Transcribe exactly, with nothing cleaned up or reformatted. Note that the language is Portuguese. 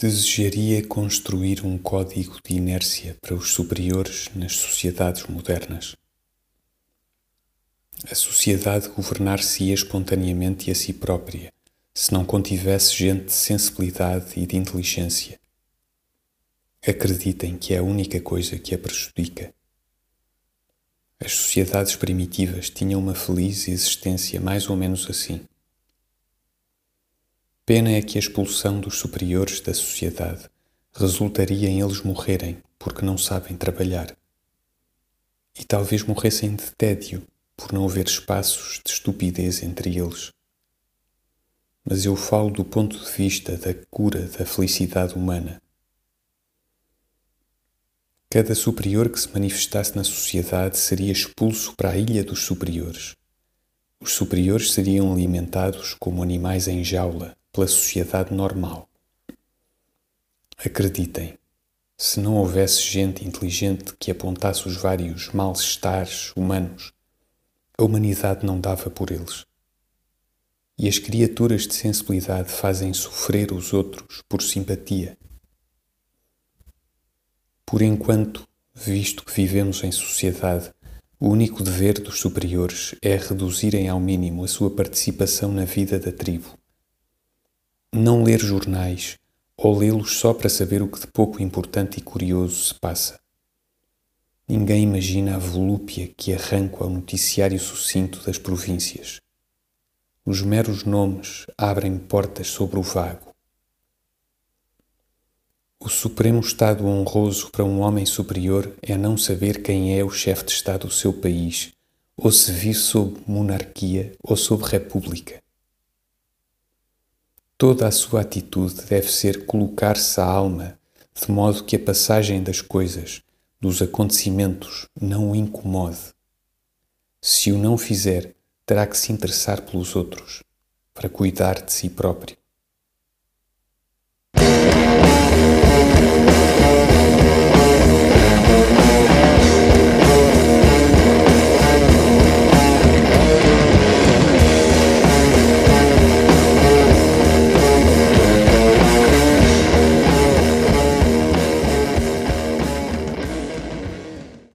Desejaria construir um código de inércia para os superiores nas sociedades modernas. A sociedade governar-se-ia espontaneamente e a si própria, se não contivesse gente de sensibilidade e de inteligência. Acreditem que é a única coisa que a prejudica. As sociedades primitivas tinham uma feliz existência mais ou menos assim. Pena é que a expulsão dos superiores da sociedade resultaria em eles morrerem porque não sabem trabalhar. E talvez morressem de tédio por não haver espaços de estupidez entre eles. Mas eu falo do ponto de vista da cura da felicidade humana. Cada superior que se manifestasse na sociedade seria expulso para a ilha dos superiores. Os superiores seriam alimentados como animais em jaula pela sociedade normal. Acreditem, se não houvesse gente inteligente que apontasse os vários mal-estares humanos, a humanidade não dava por eles. E as criaturas de sensibilidade fazem sofrer os outros por simpatia. Por enquanto, visto que vivemos em sociedade, o único dever dos superiores é reduzirem ao mínimo a sua participação na vida da tribo. Não ler jornais ou lê-los só para saber o que de pouco importante e curioso se passa. Ninguém imagina a volúpia que arranco ao noticiário sucinto das províncias. Os meros nomes abrem portas sobre o vago. O supremo estado honroso para um homem superior é não saber quem é o chefe de Estado do seu país, ou se vive sob monarquia ou sob república. Toda a sua atitude deve ser colocar-se à alma, de modo que a passagem das coisas, dos acontecimentos, não o incomode. Se o não fizer, terá que se interessar pelos outros, para cuidar de si próprio.